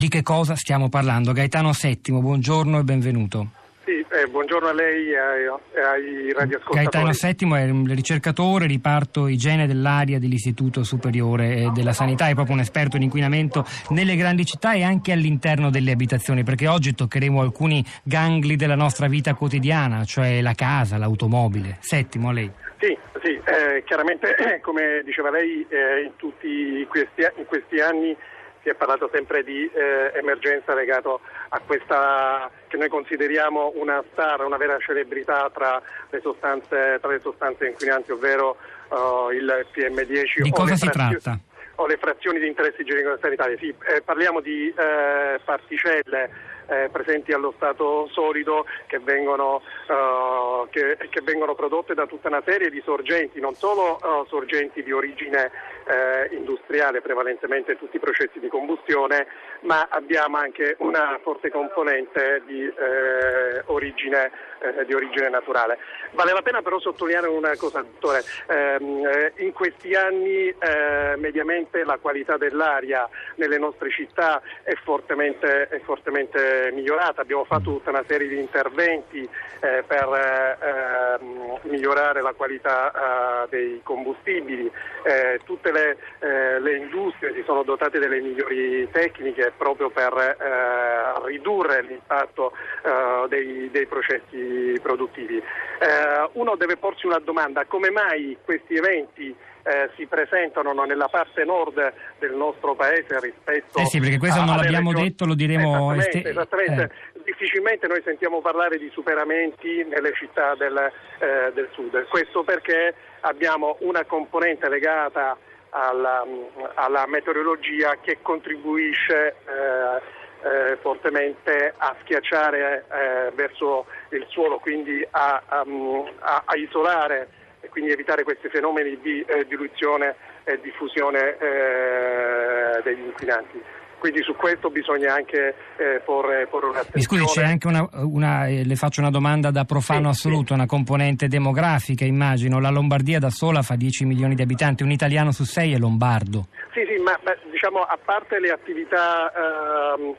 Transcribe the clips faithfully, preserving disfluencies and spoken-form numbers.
Di che cosa stiamo parlando? Gaetano Settimo, buongiorno e benvenuto. Sì, eh, buongiorno a lei e ai, ai radioascoltatori. Gaetano Settimo è un ricercatore, riparto igiene dell'aria dell'Istituto Superiore della Sanità, è proprio un esperto in inquinamento nelle grandi città e anche all'interno delle abitazioni, perché oggi toccheremo alcuni gangli della nostra vita quotidiana, cioè la casa, l'automobile. Settimo, a lei. Sì, sì, eh, chiaramente come diceva lei eh, in tutti questi, in questi anni si è parlato sempre di eh, emergenza legato a questa che noi consideriamo una star, una vera celebrità tra le sostanze, tra le sostanze inquinanti, ovvero uh, il P M dieci. Di cosa si frazio- tratta? O le frazioni di interesse igienico-sanitario. Sì, eh, parliamo di eh, particelle eh, presenti allo stato solido che vengono, uh, che, che vengono prodotte da tutta una serie di sorgenti, non solo uh, sorgenti di origine eh, industriale, prevalentemente tutti i processi di combustione, ma abbiamo anche una forte componente di eh, origine eh, di origine naturale. Vale la pena però sottolineare una cosa, dottore. Eh, in questi anni eh, mediamente la qualità dell'aria nelle nostre città è fortemente, è fortemente migliorata. Abbiamo fatto tutta una serie di interventi eh, per eh, migliorare la qualità eh, dei combustibili. Eh, tutte le, eh, le industrie si sono dotate delle migliori tecniche proprio per eh, ridurre l'impatto eh, dei, dei processi produttivi. Eh, uno deve porsi una domanda: come mai questi eventi eh, si presentano nella parte nord del nostro paese rispetto eh sì, perché questo a, non l'abbiamo regioni... detto, lo diremo esattamente, este... esattamente. Eh. Difficilmente noi sentiamo parlare di superamenti nelle città del, eh, del sud. Questo perché abbiamo una componente legata alla, alla meteorologia che contribuisce eh, Eh, fortemente a schiacciare eh, verso il suolo, quindi a, a, a, a isolare e quindi evitare questi fenomeni di eh, diluizione e diffusione eh, degli inquinanti. Quindi su questo bisogna anche eh, porre, porre un'attenzione. Mi scusi, c'è anche una, una eh, le faccio una domanda da profano sì, assoluto, sì. Una componente demografica, immagino. La Lombardia da sola fa dieci milioni di abitanti, un italiano su sei è lombardo. Sì, sì, ma, ma diciamo, a parte le attività ehm,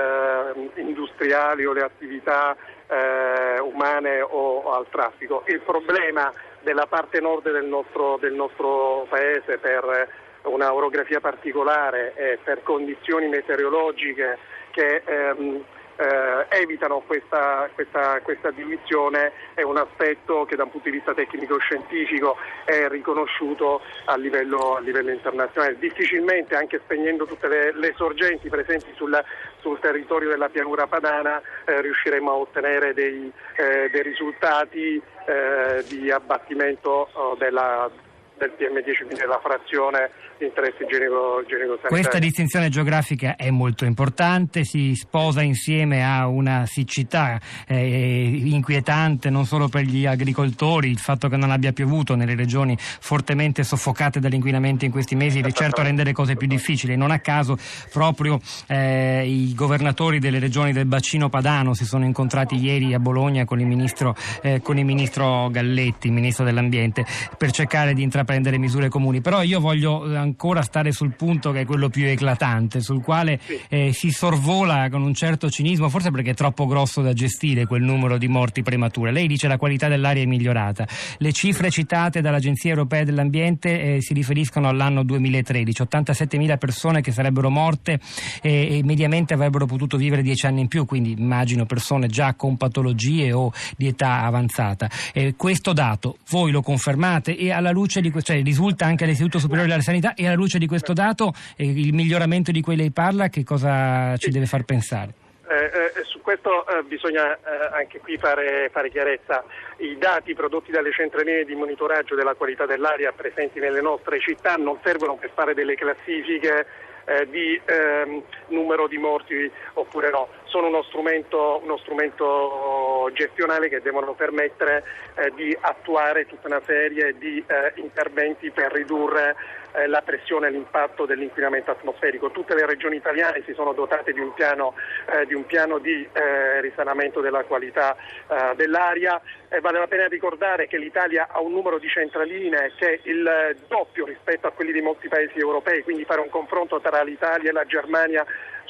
eh, industriali o le attività eh, umane o, o al traffico, il problema della parte nord del nostro, del nostro paese per una orografia particolare e per condizioni meteorologiche che ehm, eh, evitano questa, questa, questa diluizione è un aspetto che da un punto di vista tecnico-scientifico è riconosciuto a livello, a livello internazionale. Difficilmente, anche spegnendo tutte le, le sorgenti presenti sul, sul territorio della pianura padana, eh, riusciremo a ottenere dei, eh, dei risultati eh, di abbattimento oh, della del P M dieci, quindi della frazione di interesse igienico-sanitario. Questa distinzione geografica è molto importante, si sposa insieme a una siccità eh, inquietante non solo per gli agricoltori, il fatto che non abbia piovuto nelle regioni fortemente soffocate dall'inquinamento in questi mesi di certo rende le cose più difficili. Non a caso proprio eh, i governatori delle regioni del bacino padano si sono incontrati ieri a Bologna con il ministro, eh, con il ministro Galletti, il ministro dell'ambiente, per cercare di intraprendere prendere misure comuni. Però io voglio ancora stare sul punto che è quello più eclatante, sul quale eh, si sorvola con un certo cinismo, forse perché è troppo grosso da gestire quel numero di morti premature. Lei dice la qualità dell'aria è migliorata. Le cifre citate dall'Agenzia Europea dell'Ambiente eh, si riferiscono all'anno duemilatredici, ottantasettemila persone che sarebbero morte eh, e mediamente avrebbero potuto vivere dieci anni in più, quindi immagino persone già con patologie o di età avanzata. Eh, questo dato voi lo confermate e alla luce di cioè risulta anche all'Istituto Superiore della Sanità, e alla luce di questo dato eh, il miglioramento di cui lei parla che cosa ci deve far pensare? Eh, eh, su questo eh, bisogna eh, anche qui fare, fare chiarezza. I dati prodotti dalle centraline di monitoraggio della qualità dell'aria presenti nelle nostre città non servono per fare delle classifiche eh, di ehm, numero di morti oppure no, sono uno strumento, uno strumento gestionale che devono permettere eh, di attuare tutta una serie di eh, interventi per ridurre eh, la pressione e l'impatto dell'inquinamento atmosferico. Tutte le regioni italiane si sono dotate di un piano, eh, di, un piano di eh, risanamento della qualità eh, dell'aria. Eh, vale la pena ricordare che l'Italia ha un numero di centraline che è il doppio rispetto a quelli di molti paesi europei, quindi fare un confronto tra l'Italia e la Germania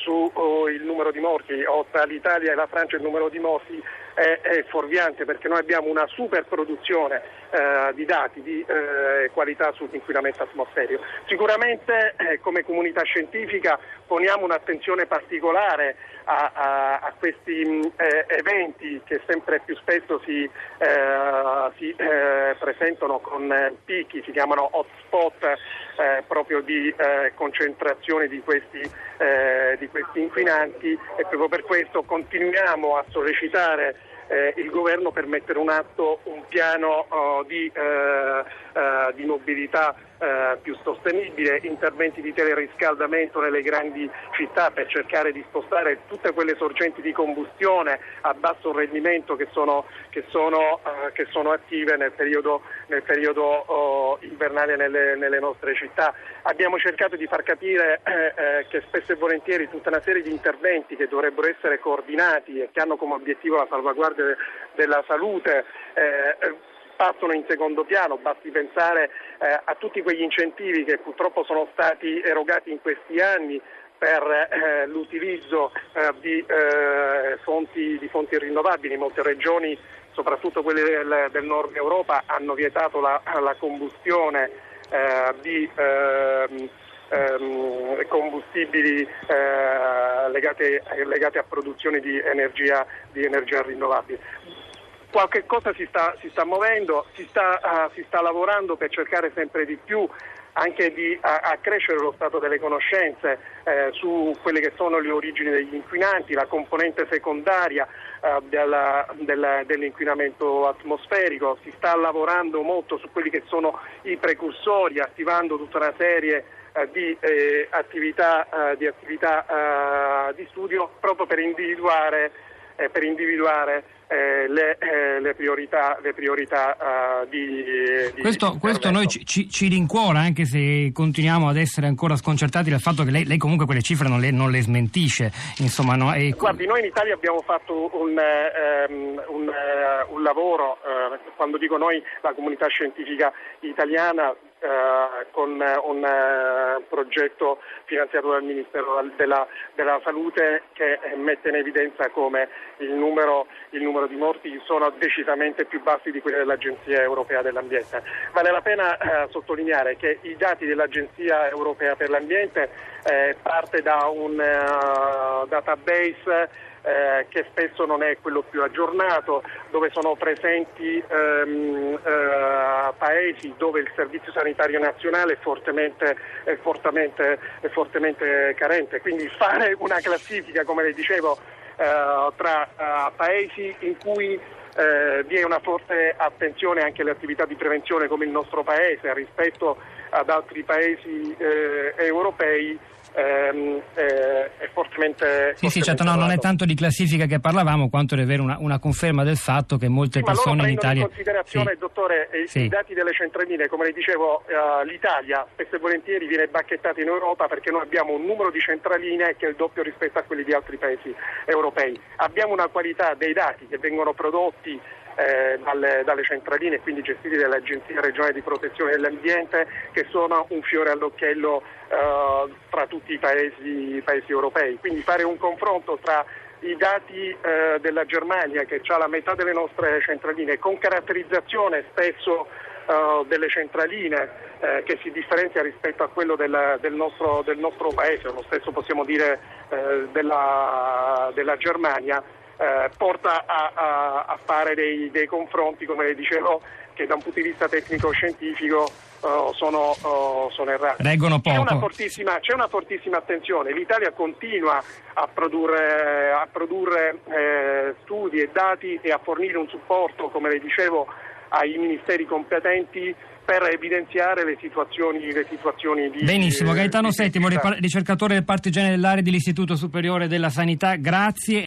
su oh, il numero di morti, o tra l'Italia e la Francia il numero di morti è, è fuorviante, perché noi abbiamo una super produzione eh, di dati di eh, qualità sull'inquinamento atmosferico. Sicuramente eh, come comunità scientifica poniamo un'attenzione particolare a, a, a questi mh, eh, eventi che sempre più spesso si, eh, si eh, presentano con eh, picchi, si chiamano hotspot eh, proprio di eh, concentrazione di questi, eh, di questi inquinanti, e proprio per questo continuiamo a sollecitare Eh, il governo per mettere in atto un piano oh, di, eh, eh, di mobilità eh, più sostenibile, interventi di teleriscaldamento nelle grandi città per cercare di spostare tutte quelle sorgenti di combustione a basso rendimento che sono, che sono, eh, che sono attive nel periodo, nel periodo oh, invernale nelle, nelle nostre città. Abbiamo cercato di far capire eh, eh, che spesso e volentieri tutta una serie di interventi che dovrebbero essere coordinati e che hanno come obiettivo la salvaguardia della salute eh, passano in secondo piano. Basti pensare eh, a tutti quegli incentivi che purtroppo sono stati erogati in questi anni per eh, l'utilizzo eh, di, eh, fonti, di fonti rinnovabili. Molte regioni, soprattutto quelle del, del nord Europa, hanno vietato la, la combustione eh, di eh, Ehm, combustibili eh, legate, legate a produzione di energia, di energia rinnovabile. Qualche cosa si sta, si sta muovendo, si sta, uh, si sta lavorando per cercare sempre di più anche di uh, accrescere lo stato delle conoscenze eh, su quelle che sono le origini degli inquinanti, la componente secondaria uh, della, della, dell'inquinamento atmosferico. Si sta lavorando molto su quelli che sono i precursori, attivando tutta una serie di eh, attività, eh, di, attività eh, di studio proprio per individuare, eh, per individuare eh, le, eh, le priorità, le priorità eh, di, di questo, di questo noi ci, ci rincuora, anche se continuiamo ad essere ancora sconcertati dal fatto che lei, lei comunque quelle cifre non le, non le smentisce, insomma, no? E... Guardi, noi in Italia abbiamo fatto un, um, un, uh, un lavoro, uh, quando dico noi, la comunità scientifica italiana, Uh, con uh, un uh, progetto finanziato dal Ministero della, della Salute che eh, mette in evidenza come il numero, il numero di morti sono decisamente più bassi di quelli dell'Agenzia Europea dell'Ambiente. Vale la pena uh, sottolineare che i dati dell'Agenzia Europea per l'Ambiente eh, parte da un uh, database Eh, che spesso non è quello più aggiornato, dove sono presenti ehm, eh, paesi dove il Servizio Sanitario Nazionale è fortemente, è fortemente, è fortemente carente. Quindi fare una classifica, come le dicevo, eh, tra eh, paesi in cui eh, vi è una forte attenzione anche alle attività di prevenzione come il nostro paese rispetto ad altri paesi eh, europei, Ehm, eh, è fortemente sì sì certo, no, non è tanto di classifica che parlavamo quanto di avere una, una conferma del fatto che molte sì, persone in Italia in considerazione, sì. dottore, i, sì. i dati delle centraline, come le dicevo, uh, l'Italia spesso e volentieri viene bacchettata in Europa perché noi abbiamo un numero di centraline che è il doppio rispetto a quelli di altri paesi europei. Abbiamo una qualità dei dati che vengono prodotti Eh, dalle, dalle centraline, quindi gestiti dall'Agenzia Regionale di Protezione dell'Ambiente, che sono un fiore all'occhiello eh, tra tutti i paesi, i paesi europei. Quindi fare un confronto tra i dati eh, della Germania, che ha la metà delle nostre centraline, con caratterizzazione spesso eh, delle centraline eh, che si differenzia rispetto a quello del, del, nostro, del nostro paese, lo stesso possiamo dire eh, della, della Germania, Eh, porta a, a, a fare dei, dei confronti, come le dicevo, che da un punto di vista tecnico-scientifico uh, sono, uh, sono errati. Reggono poco. C'è una fortissima, c'è una fortissima attenzione. L'Italia continua a produrre, a produrre eh, studi e dati e a fornire un supporto, come le dicevo, ai ministeri competenti per evidenziare le situazioni, le situazioni di... Benissimo, Gaetano di Settimo, ricercatore del partigiane dell'area dell'Istituto Superiore della Sanità, grazie.